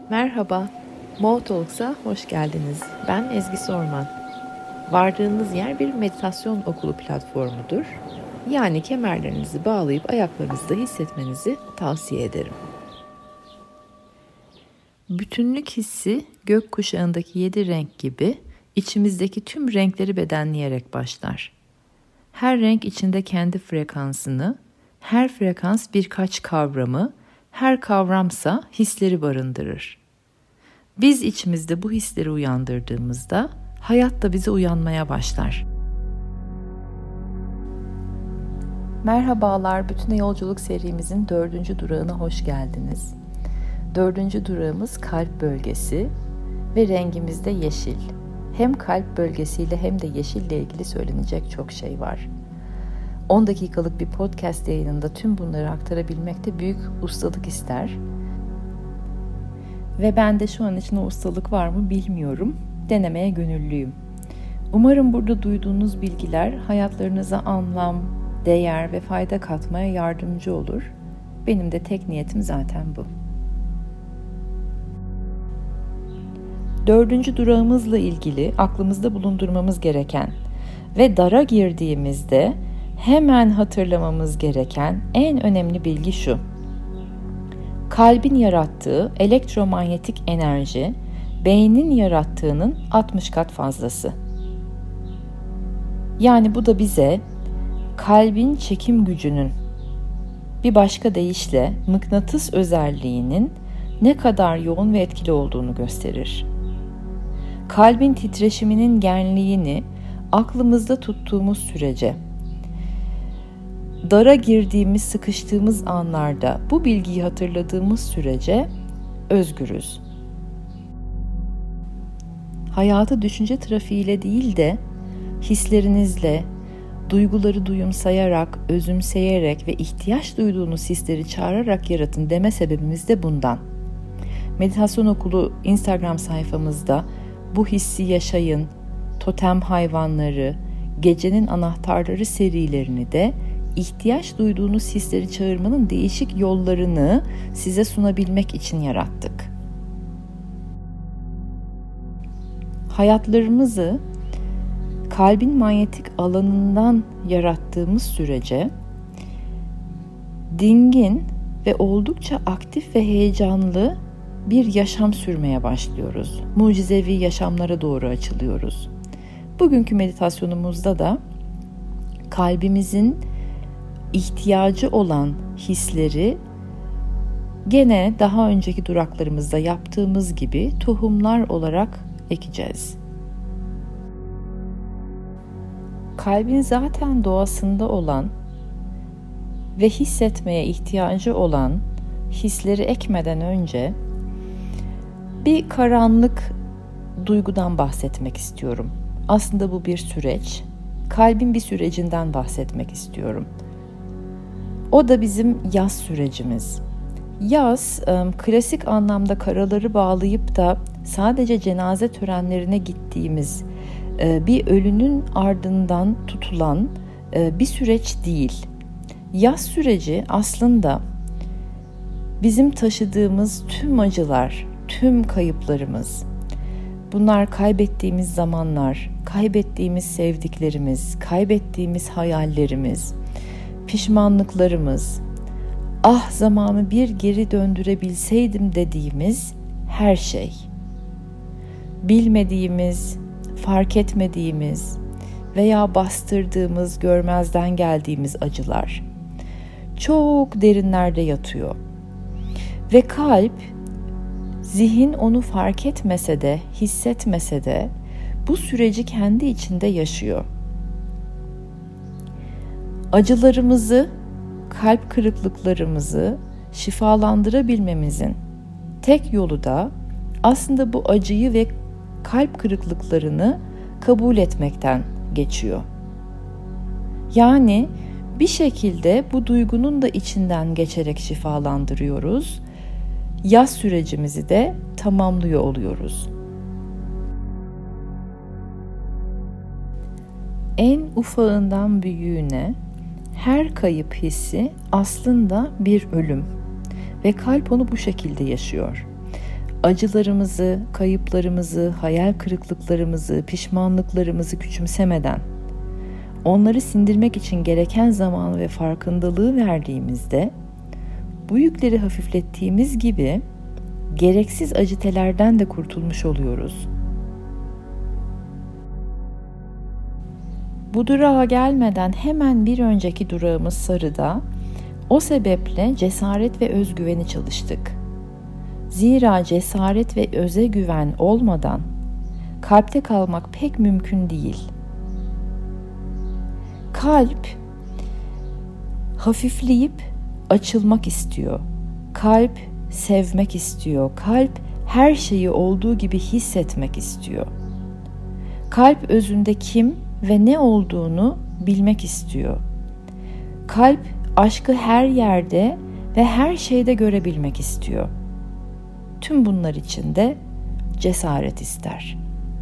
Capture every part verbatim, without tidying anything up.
Merhaba, Mo Talks'a hoş geldiniz. Ben Ezgi Sorman. Vardığınız yer bir meditasyon okulu platformudur. Yani kemerlerinizi bağlayıp ayaklarınızda hissetmenizi tavsiye ederim. Bütünlük hissi gökkuşağındaki yedi renk gibi içimizdeki tüm renkleri bedenleyerek başlar. Her renk içinde kendi frekansını, her frekans birkaç kavramı, her kavramsa hisleri barındırır. Biz içimizde bu hisleri uyandırdığımızda hayat da bize uyanmaya başlar. Merhabalar, Bütüne Yolculuk serimizin dördüncü durağına hoş geldiniz. Dördüncü durağımız kalp bölgesi ve rengimiz de yeşil. Hem kalp bölgesiyle hem de yeşille ilgili söylenecek çok şey var. on dakikalık bir podcast yayınında tüm bunları aktarabilmek de büyük ustalık ister. Ve ben de şu an için o ustalık var mı bilmiyorum. Denemeye gönüllüyüm. Umarım burada duyduğunuz bilgiler hayatlarınıza anlam, değer ve fayda katmaya yardımcı olur. Benim de tek niyetim zaten bu. Dördüncü durağımızla ilgili aklımızda bulundurmamız gereken ve dara girdiğimizde hemen hatırlamamız gereken en önemli bilgi şu. Kalbin yarattığı elektromanyetik enerji, beynin yarattığının altmış kat fazlası. Yani bu da bize kalbin çekim gücünün, bir başka deyişle mıknatıs özelliğinin ne kadar yoğun ve etkili olduğunu gösterir. Kalbin titreşiminin genliğini aklımızda tuttuğumuz sürece, dara girdiğimiz, sıkıştığımız anlarda bu bilgiyi hatırladığımız sürece özgürüz. Hayatı düşünce trafiğiyle değil de hislerinizle, duyguları duyumsayarak, özümseyerek ve ihtiyaç duyduğunuz hisleri çağırarak yaratın deme sebebimiz de bundan. Meditasyon Okulu Instagram sayfamızda bu hissi yaşayın, totem hayvanları, gecenin anahtarları serilerini de ihtiyaç duyduğunuz hisleri çağırmanın değişik yollarını size sunabilmek için yarattık. Hayatlarımızı kalbin manyetik alanından yarattığımız sürece dingin ve oldukça aktif ve heyecanlı bir yaşam sürmeye başlıyoruz. Mucizevi yaşamlara doğru açılıyoruz. Bugünkü meditasyonumuzda da kalbimizin ihtiyacı olan hisleri gene daha önceki duraklarımızda yaptığımız gibi tohumlar olarak ekeceğiz. Kalbin zaten doğasında olan ve hissetmeye ihtiyacı olan hisleri ekmeden önce bir karanlık duygudan bahsetmek istiyorum. Aslında bu bir süreç. Kalbin bir sürecinden bahsetmek istiyorum. O da bizim yas sürecimiz. Yas, klasik anlamda karaları bağlayıp da sadece cenaze törenlerine gittiğimiz bir ölünün ardından tutulan bir süreç değil. Yas süreci aslında bizim taşıdığımız tüm acılar, tüm kayıplarımız, bunlar kaybettiğimiz zamanlar, kaybettiğimiz sevdiklerimiz, kaybettiğimiz hayallerimiz, pişmanlıklarımız, ah zamanı bir geri döndürebilseydim dediğimiz her şey. Bilmediğimiz, fark etmediğimiz veya bastırdığımız, görmezden geldiğimiz acılar çok derinlerde yatıyor. Ve kalp, zihin onu fark etmese de, hissetmese de bu süreci kendi içinde yaşıyor. Acılarımızı, kalp kırıklıklarımızı şifalandırabilmemizin tek yolu da aslında bu acıyı ve kalp kırıklıklarını kabul etmekten geçiyor. Yani bir şekilde bu duygunun da içinden geçerek şifalandırıyoruz. Yas sürecimizi de tamamlıyor oluyoruz. En ufağından büyüğüne her kayıp hissi aslında bir ölüm ve kalp onu bu şekilde yaşıyor. acılarımızı, kayıplarımızı, hayal kırıklıklarımızı, pişmanlıklarımızı küçümsemeden, onları sindirmek için gereken zamanı ve farkındalığı verdiğimizde, bu yükleri hafiflettiğimiz gibi gereksiz acitelerden de kurtulmuş oluyoruz. Bu durağa gelmeden hemen bir önceki durağımız Sarı'da, o sebeple cesaret ve özgüveni çalıştık. Zira cesaret ve öze güven olmadan kalpte kalmak pek mümkün değil. Kalp hafifleyip açılmak istiyor. Kalp sevmek istiyor. Kalp her şeyi olduğu gibi hissetmek istiyor. Kalp özünde kim ve ne olduğunu bilmek istiyor. Kalp aşkı her yerde ve her şeyde görebilmek istiyor. Tüm bunlar için de cesaret ister.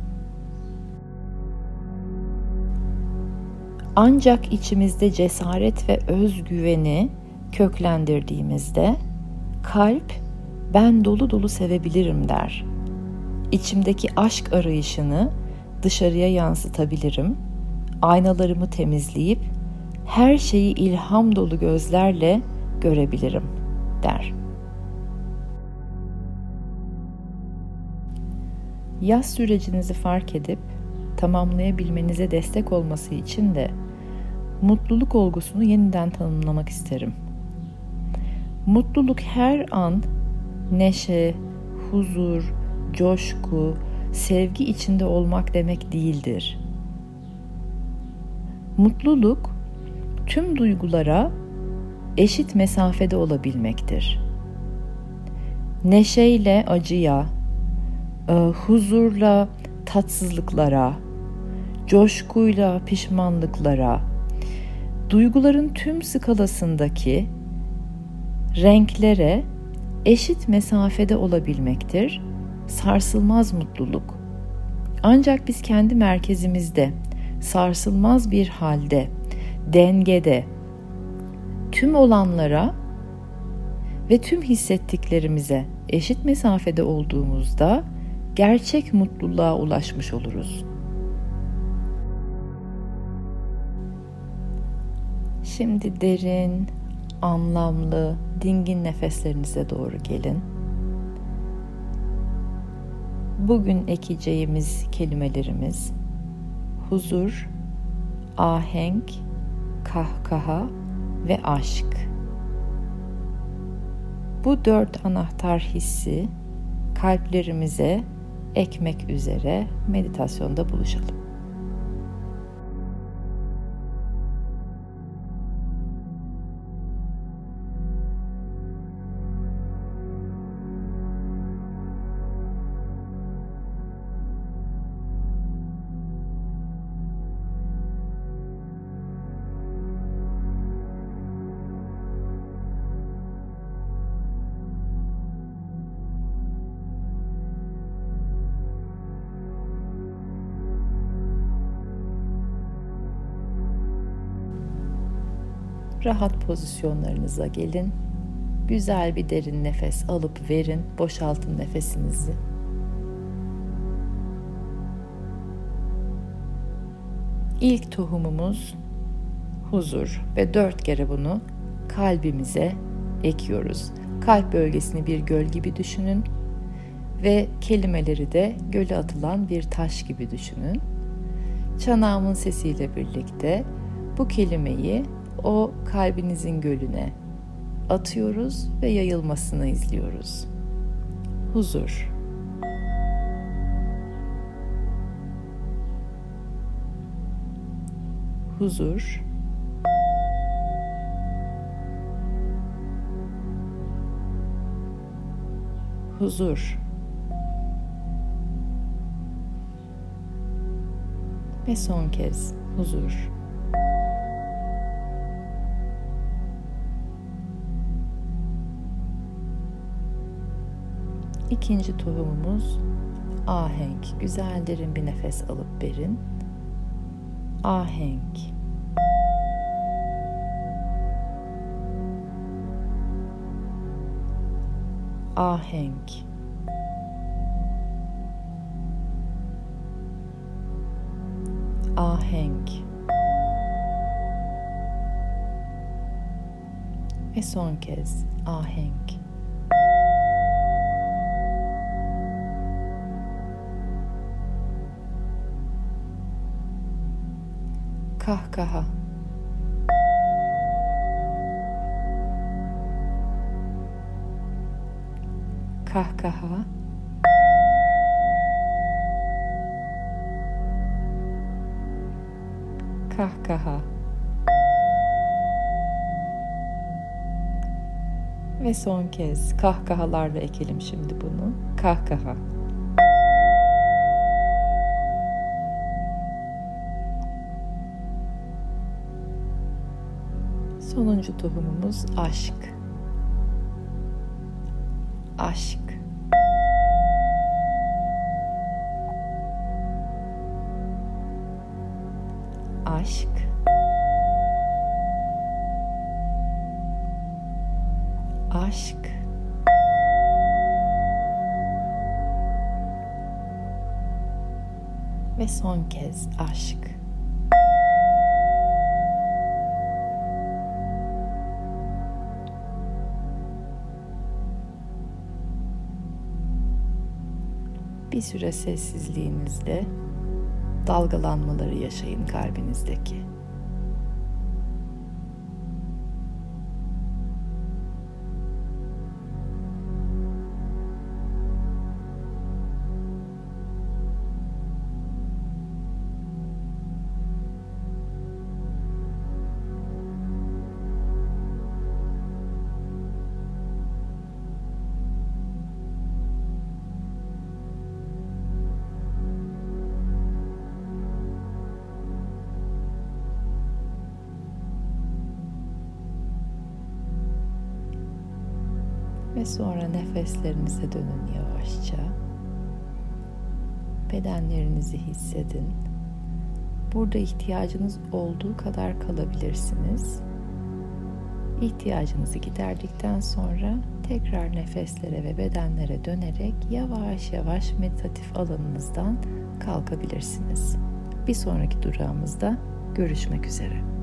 Ancak içimizde cesaret ve özgüveni köklendirdiğimizde kalp ben dolu dolu sevebilirim der. İçimdeki aşk arayışını dışarıya yansıtabilirim. Aynalarımı temizleyip her şeyi ilham dolu gözlerle görebilirim der. Yaz sürecinizi fark edip tamamlayabilmenize destek olması için de mutluluk olgusunu yeniden tanımlamak isterim. Mutluluk her an neşe, huzur, coşku, sevgi içinde olmak demek değildir. Mutluluk tüm duygulara eşit mesafede olabilmektir. Neşeyle acıya, huzurla tatsızlıklara, coşkuyla pişmanlıklara, duyguların tüm skalasındaki renklere eşit mesafede olabilmektir. Sarsılmaz mutluluk. Ancak biz kendi merkezimizde, sarsılmaz bir halde, dengede, tüm olanlara ve tüm hissettiklerimize eşit mesafede olduğumuzda gerçek mutluluğa ulaşmış oluruz. Şimdi derin, anlamlı, dingin nefeslerinize doğru gelin. Bugün ekeceğimiz kelimelerimiz huzur, ahenk, kahkaha ve aşk. Bu dört anahtar hissi kalplerimize ekmek üzere meditasyonda buluşalım. Rahat pozisyonlarınıza gelin. Güzel bir derin nefes alıp verin. Boşaltın nefesinizi. İlk tohumumuz huzur ve dört kere bunu kalbimize ekiyoruz. Kalp bölgesini bir göl gibi düşünün ve kelimeleri de göle atılan bir taş gibi düşünün. Çanağımın sesiyle birlikte bu kelimeyi o kalbinizin gölüne atıyoruz ve yayılmasını izliyoruz. Huzur. Huzur. Huzur. Ve son kez huzur. İkinci tohumumuz ahenk. Güzel derin bir nefes alıp verin. Ahenk. Ahenk. ahenk. Ve son kez ahenk. Kahkaha. Kahkaha. Kahkaha. Ve son kez kahkahalarla ekelim şimdi bunu. Kahkaha. Sonuncu tohumumuz aşk. Aşk. Aşk. Aşk. Ve son kez aşk. Bir süre sessizliğinizde dalgalanmaları yaşayın kalbinizdeki. Ve sonra nefeslerinize dönün yavaşça. Bedenlerinizi hissedin. Burada ihtiyacınız olduğu kadar kalabilirsiniz. İhtiyacınızı giderdikten sonra tekrar nefeslere ve bedenlere dönerek yavaş yavaş meditatif alanınızdan kalkabilirsiniz. Bir sonraki durağımızda görüşmek üzere.